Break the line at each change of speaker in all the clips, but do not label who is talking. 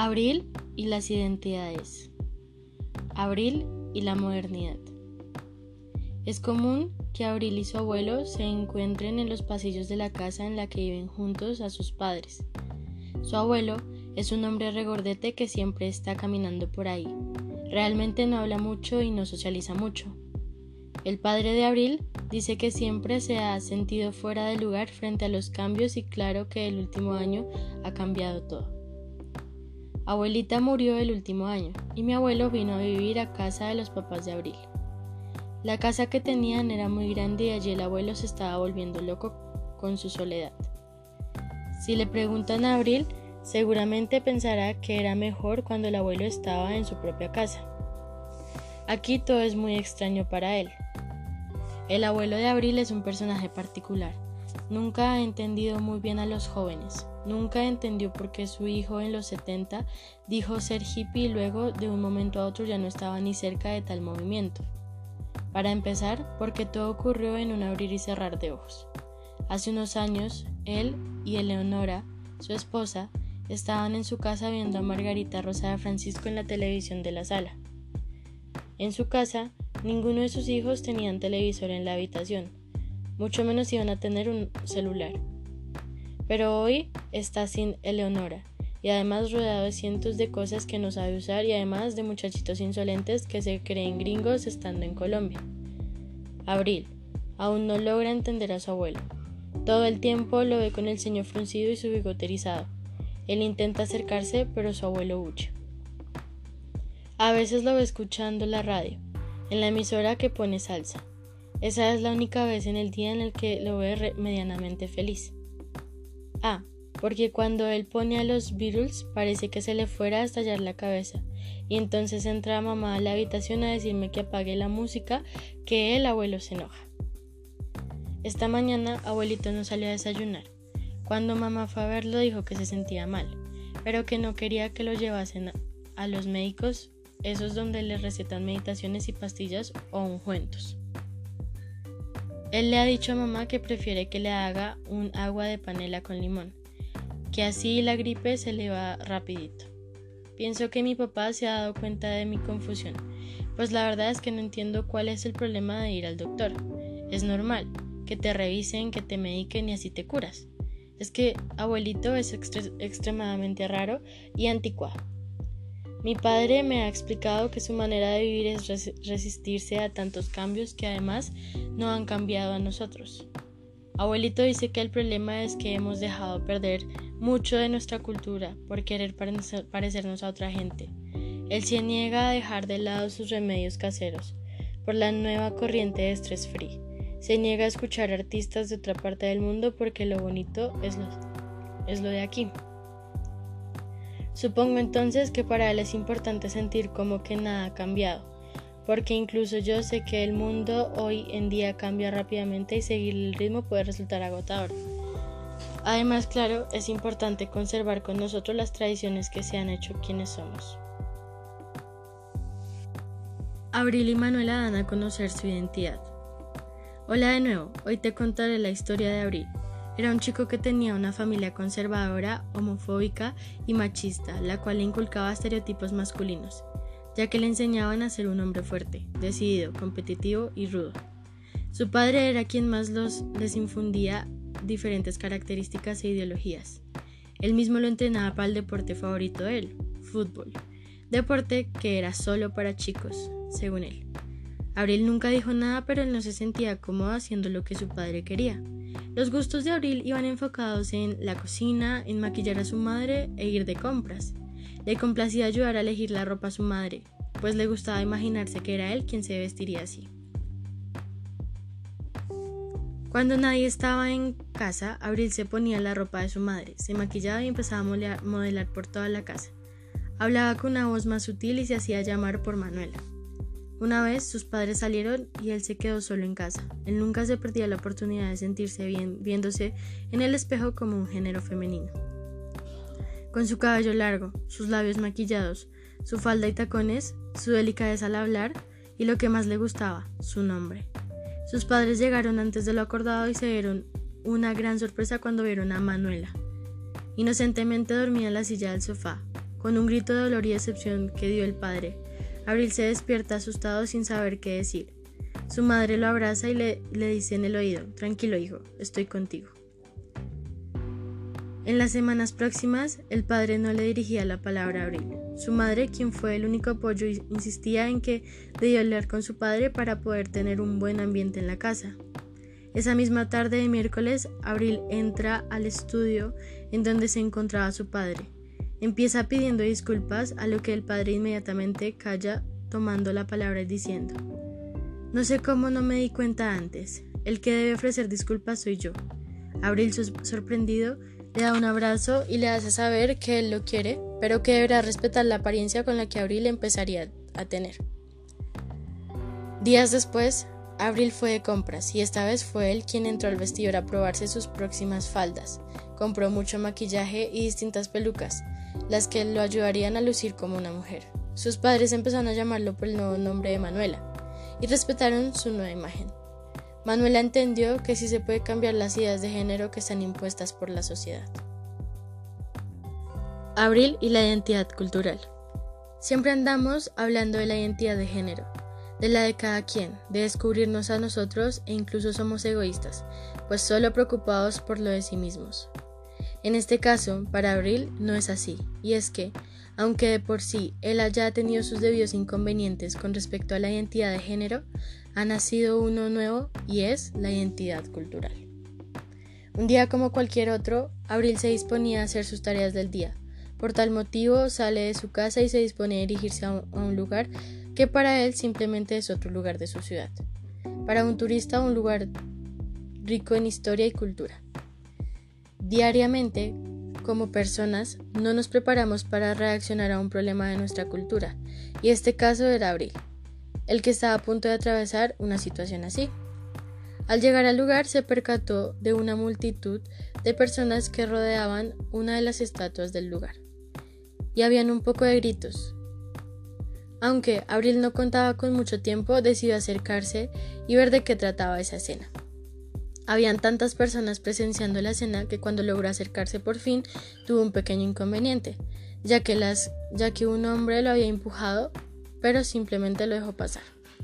Abril y las identidades. Abril y la modernidad. Es común que Abril y su abuelo se encuentren en los pasillos de la casa en la que viven juntos a sus padres. Su abuelo es un hombre regordete que siempre está caminando por ahí. Realmente no habla mucho y no socializa mucho. El padre de Abril dice que siempre se ha sentido fuera de lugar frente a los cambios y claro que el último año ha cambiado todo. Abuelita murió el último año y mi abuelo vino a vivir a casa de los papás de Abril. La casa que tenían era muy grande y allí el abuelo se estaba volviendo loco con su soledad. Si le preguntan a Abril, seguramente pensará que era mejor cuando el abuelo estaba en su propia casa. Aquí todo es muy extraño para él. El abuelo de Abril es un personaje particular. Nunca ha entendido muy bien a los jóvenes. Nunca entendió por qué su hijo en los 70 dijo ser hippie y luego de un momento a otro ya no estaba ni cerca de tal movimiento. Para empezar, porque todo ocurrió en un abrir y cerrar de ojos. Hace unos años, él y Eleonora, su esposa, estaban en su casa viendo a Margarita Rosa de Francisco en la televisión de la sala. En su casa, ninguno de sus hijos tenían televisor en la habitación, mucho menos iban a tener un celular. Pero hoy está sin Eleonora y además rodeado de cientos de cosas que no sabe usar y además de muchachitos insolentes que se creen gringos estando en Colombia. Abril aún no logra entender a su abuelo. Todo el tiempo lo ve con el ceño fruncido y su bigote erizado. Él intenta acercarse, pero su abuelo huye. A veces lo ve escuchando la radio, en la emisora que pone salsa. Esa es la única vez en el día en el que lo ve medianamente feliz. Porque cuando él pone a los Beatles parece que se le fuera a estallar la cabeza y entonces entra mamá a la habitación a decirme que apague la música, que el abuelo se enoja. Esta mañana abuelito no salió a desayunar. Cuando mamá fue a verlo dijo que se sentía mal, pero que no quería que lo llevasen a los médicos, esos donde le recetan meditaciones y pastillas o ungüentos. Él le ha dicho a mamá que prefiere que le haga un agua de panela con limón, que así la gripe se le va rapidito. Pienso que mi papá se ha dado cuenta de mi confusión, pues la verdad es que no entiendo cuál es el problema de ir al doctor. Es normal, que te revisen, que te mediquen y así te curas. Es que abuelito es extremadamente raro y anticuado. Mi padre me ha explicado que su manera de vivir es resistirse a tantos cambios que además no han cambiado a nosotros. Abuelito dice que el problema es que hemos dejado perder mucho de nuestra cultura por querer parecernos a otra gente. Él se niega a dejar de lado sus remedios caseros por la nueva corriente de stress free. Se niega a escuchar artistas de otra parte del mundo porque lo bonito es lo de aquí. Supongo entonces que para él es importante sentir como que nada ha cambiado, porque incluso yo sé que el mundo hoy en día cambia rápidamente y seguir el ritmo puede resultar agotador. Además, claro, es importante conservar con nosotros las tradiciones que se han hecho quienes somos. Abril y Manuela dan a conocer su identidad. Hola de nuevo, hoy te contaré la historia de Abril. Era un chico que tenía una familia conservadora, homofóbica y machista, la cual le inculcaba estereotipos masculinos, ya que le enseñaban a ser un hombre fuerte, decidido, competitivo y rudo. Su padre era quien más les infundía diferentes características e ideologías. Él mismo lo entrenaba para el deporte favorito de él, fútbol, deporte que era solo para chicos, según él. Abril nunca dijo nada, pero él no se sentía cómodo haciendo lo que su padre quería. Los gustos de Abril iban enfocados en la cocina, en maquillar a su madre e ir de compras. Le complacía ayudar a elegir la ropa a su madre, pues le gustaba imaginarse que era él quien se vestiría así. Cuando nadie estaba en casa, Abril se ponía la ropa de su madre, se maquillaba y empezaba a modelar por toda la casa. Hablaba con una voz más sutil y se hacía llamar por Manuela. Una vez sus padres salieron y él se quedó solo en casa. Él nunca se perdía la oportunidad de sentirse bien viéndose en el espejo como un género femenino. Con su cabello largo, sus labios maquillados, su falda y tacones, su delicadeza al hablar y lo que más le gustaba, su nombre. Sus padres llegaron antes de lo acordado y se dieron una gran sorpresa cuando vieron a Manuela. Inocentemente dormía en la silla del sofá, con un grito de dolor y decepción que dio el padre. Abril se despierta asustado sin saber qué decir. Su madre lo abraza y le dice en el oído: tranquilo hijo, estoy contigo. En las semanas próximas, el padre no le dirigía la palabra a Abril. Su madre, quien fue el único apoyo, insistía en que debía hablar con su padre para poder tener un buen ambiente en la casa. Esa misma tarde de miércoles, Abril entra al estudio en donde se encontraba su padre. Empieza pidiendo disculpas, a lo que el padre inmediatamente calla, tomando la palabra y diciendo: no sé cómo no me di cuenta antes. El que debe ofrecer disculpas soy yo. Abril, sorprendido, le da un abrazo y le hace saber que él lo quiere, pero que deberá respetar la apariencia con la que Abril empezaría a tener. Días después, Abril fue de compras y esta vez fue él quien entró al vestidor a probarse sus próximas faldas. Compró mucho maquillaje y distintas pelucas, las que lo ayudarían a lucir como una mujer. Sus padres empezaron a llamarlo por el nuevo nombre de Manuela y respetaron su nueva imagen. Manuela entendió que sí se puede cambiar las ideas de género que están impuestas por la sociedad. Abril y la identidad cultural. Siempre andamos hablando de la identidad de género, de la de cada quien, de descubrirnos a nosotros, e incluso somos egoístas, pues solo preocupados por lo de sí mismos. En este caso, para Abril no es así, y es que, aunque de por sí él haya tenido sus debidos inconvenientes con respecto a la identidad de género, ha nacido uno nuevo y es la identidad cultural. Un día como cualquier otro, Abril se disponía a hacer sus tareas del día. Por tal motivo sale de su casa y se dispone a dirigirse a un lugar que para él simplemente es otro lugar de su ciudad. Para un turista, un lugar rico en historia y cultura. Diariamente, como personas, no nos preparamos para reaccionar a un problema de nuestra cultura, y este caso era Abril, el que estaba a punto de atravesar una situación así. Al llegar al lugar se percató de una multitud de personas que rodeaban una de las estatuas del lugar, y habían un poco de gritos. Aunque Abril no contaba con mucho tiempo, decidió acercarse y ver de qué trataba esa escena. Habían tantas personas presenciando la escena que cuando logró acercarse por fin tuvo un pequeño inconveniente, ya que un hombre lo había empujado, pero simplemente lo dejó pasar.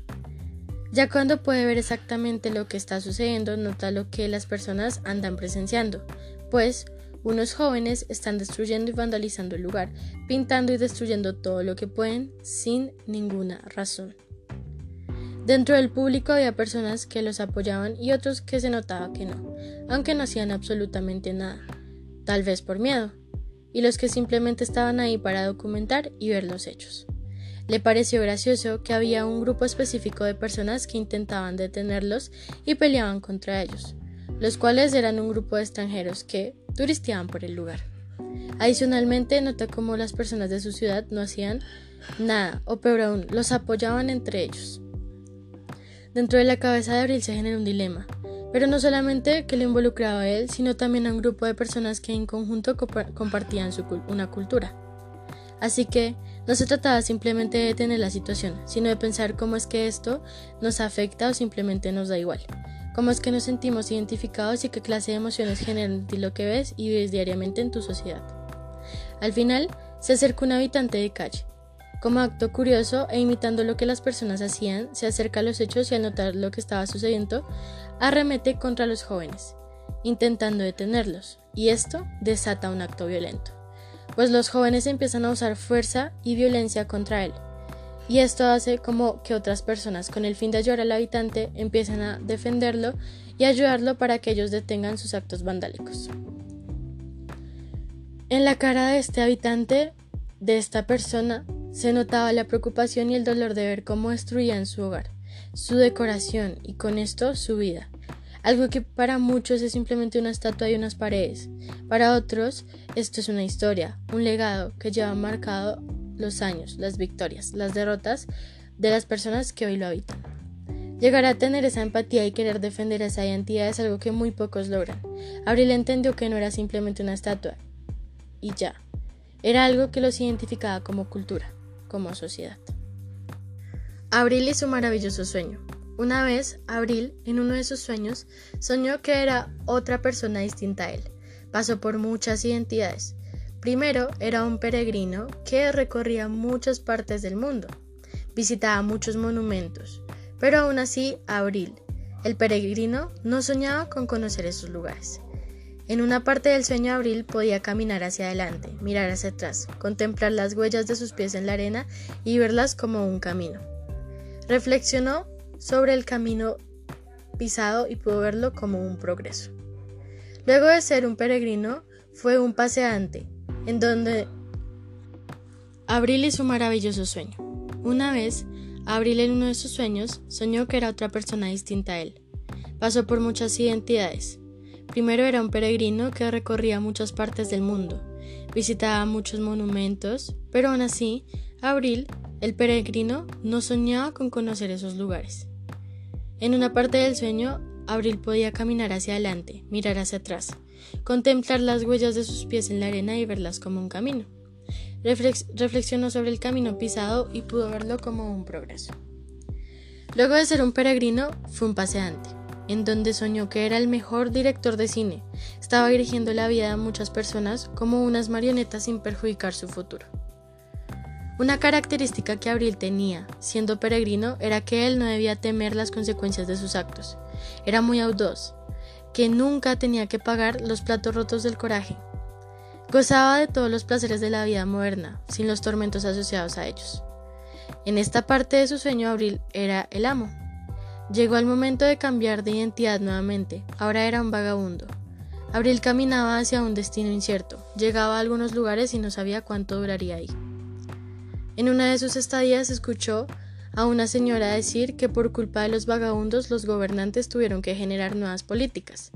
Ya cuando puede ver exactamente lo que está sucediendo, nota lo que las personas andan presenciando, pues unos jóvenes están destruyendo y vandalizando el lugar, pintando y destruyendo todo lo que pueden sin ninguna razón. Dentro del público había personas que los apoyaban y otros que se notaba que no, aunque no hacían absolutamente nada, tal vez por miedo, y los que simplemente estaban ahí para documentar y ver los hechos. Le pareció gracioso que había un grupo específico de personas que intentaban detenerlos y peleaban contra ellos, los cuales eran un grupo de extranjeros que turisteaban por el lugar. Adicionalmente, notó cómo las personas de su ciudad no hacían nada, o peor aún, los apoyaban entre ellos. Dentro de la cabeza de Abril se generó un dilema, pero no solamente que lo involucraba a él, sino también a un grupo de personas que en conjunto compartían una cultura. Así que no se trataba simplemente de detener la situación, sino de pensar cómo es que esto nos afecta o simplemente nos da igual, cómo es que nos sentimos identificados y qué clase de emociones generan en ti lo que ves y vives diariamente en tu sociedad. Al final, se acercó un habitante de calle. Como acto curioso e imitando lo que las personas hacían, se acerca a los hechos y al notar lo que estaba sucediendo, arremete contra los jóvenes, intentando detenerlos, y esto desata un acto violento, pues los jóvenes empiezan a usar fuerza y violencia contra él, y esto hace como que otras personas, con el fin de ayudar al habitante, empiecen a defenderlo y ayudarlo para que ellos detengan sus actos vandálicos. En la cara de este habitante, de esta persona, se notaba la preocupación y el dolor de ver cómo destruían su hogar, su decoración y con esto su vida. Algo que para muchos es simplemente una estatua y unas paredes. Para otros, esto es una historia, un legado que lleva marcado los años, las victorias, las derrotas de las personas que hoy lo habitan. Llegar a tener esa empatía y querer defender esa identidad es algo que muy pocos logran. Abril entendió que no era simplemente una estatua y ya. Era algo que los identificaba como cultura, como sociedad. Abril y su maravilloso sueño. Una vez, Abril, en uno de sus sueños, soñó que era otra persona distinta a él. Pasó por muchas identidades, Primero era un peregrino que recorría muchas partes del mundo, visitaba muchos monumentos, pero aún así Abril, el peregrino, no soñaba con conocer esos lugares. En una parte del sueño Abril podía caminar hacia adelante, mirar hacia atrás, contemplar las huellas de sus pies en la arena y verlas como un camino. Reflexionó sobre el camino pisado y pudo verlo como un progreso. Luego de ser un peregrino, fue un paseante, en donde Abril hizo un maravilloso sueño. Una vez, Abril en uno de sus sueños soñó que era otra persona distinta a él. Pasó por muchas identidades. Primero era un peregrino que recorría muchas partes del mundo, visitaba muchos monumentos, pero aún así, Abril, el peregrino, no soñaba con conocer esos lugares. En una parte del sueño, Abril podía caminar hacia adelante, mirar hacia atrás, contemplar las huellas de sus pies en la arena y verlas como un camino. Reflexionó sobre el camino pisado y pudo verlo como un progreso. Luego de ser un peregrino, fue un paseante, en donde soñó que era el mejor director de cine. Estaba dirigiendo la vida de muchas personas como unas marionetas sin perjudicar su futuro. Una característica que Abril tenía, siendo peregrino, era que él no debía temer las consecuencias de sus actos. Era muy audaz, que nunca tenía que pagar los platos rotos del coraje. Gozaba de todos los placeres de la vida moderna, sin los tormentos asociados a ellos. En esta parte de su sueño, Abril era el amo. Llegó el momento de cambiar de identidad nuevamente. Ahora era un vagabundo. Abril caminaba hacia un destino incierto. Llegaba a algunos lugares y no sabía cuánto duraría ahí. En una de sus estadías escuchó a una señora decir que por culpa de los vagabundos los gobernantes tuvieron que generar nuevas políticas.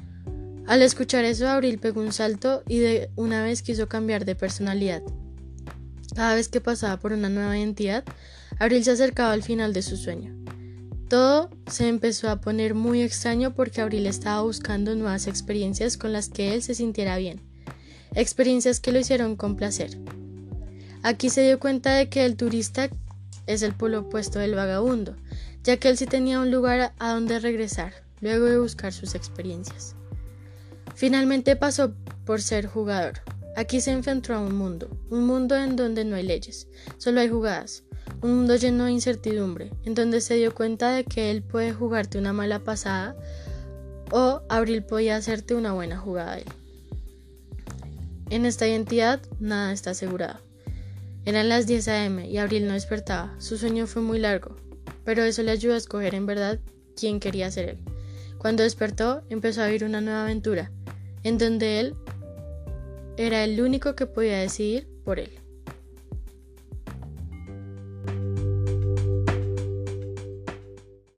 Al escuchar eso, Abril pegó un salto y de una vez quiso cambiar de personalidad. Cada vez que pasaba por una nueva identidad, Abril se acercaba al final de su sueño. Todo se empezó a poner muy extraño porque Abril estaba buscando nuevas experiencias con las que él se sintiera bien, experiencias que lo hicieron con placer. Aquí se dio cuenta de que el turista es el polo opuesto del vagabundo, ya que él sí tenía un lugar a donde regresar, luego de buscar sus experiencias. Finalmente pasó por ser jugador. Aquí se enfrentó a un mundo en donde no hay leyes, solo hay jugadas. Un mundo lleno de incertidumbre, en donde se dio cuenta de que él puede jugarte una mala pasada o Abril podía hacerte una buena jugada a él. En esta identidad nada está asegurado. Eran las 10 a.m. y Abril no despertaba. Su sueño fue muy largo, pero eso le ayudó a escoger en verdad quién quería ser él. Cuando despertó, empezó a vivir una nueva aventura, en donde él era el único que podía decidir por él.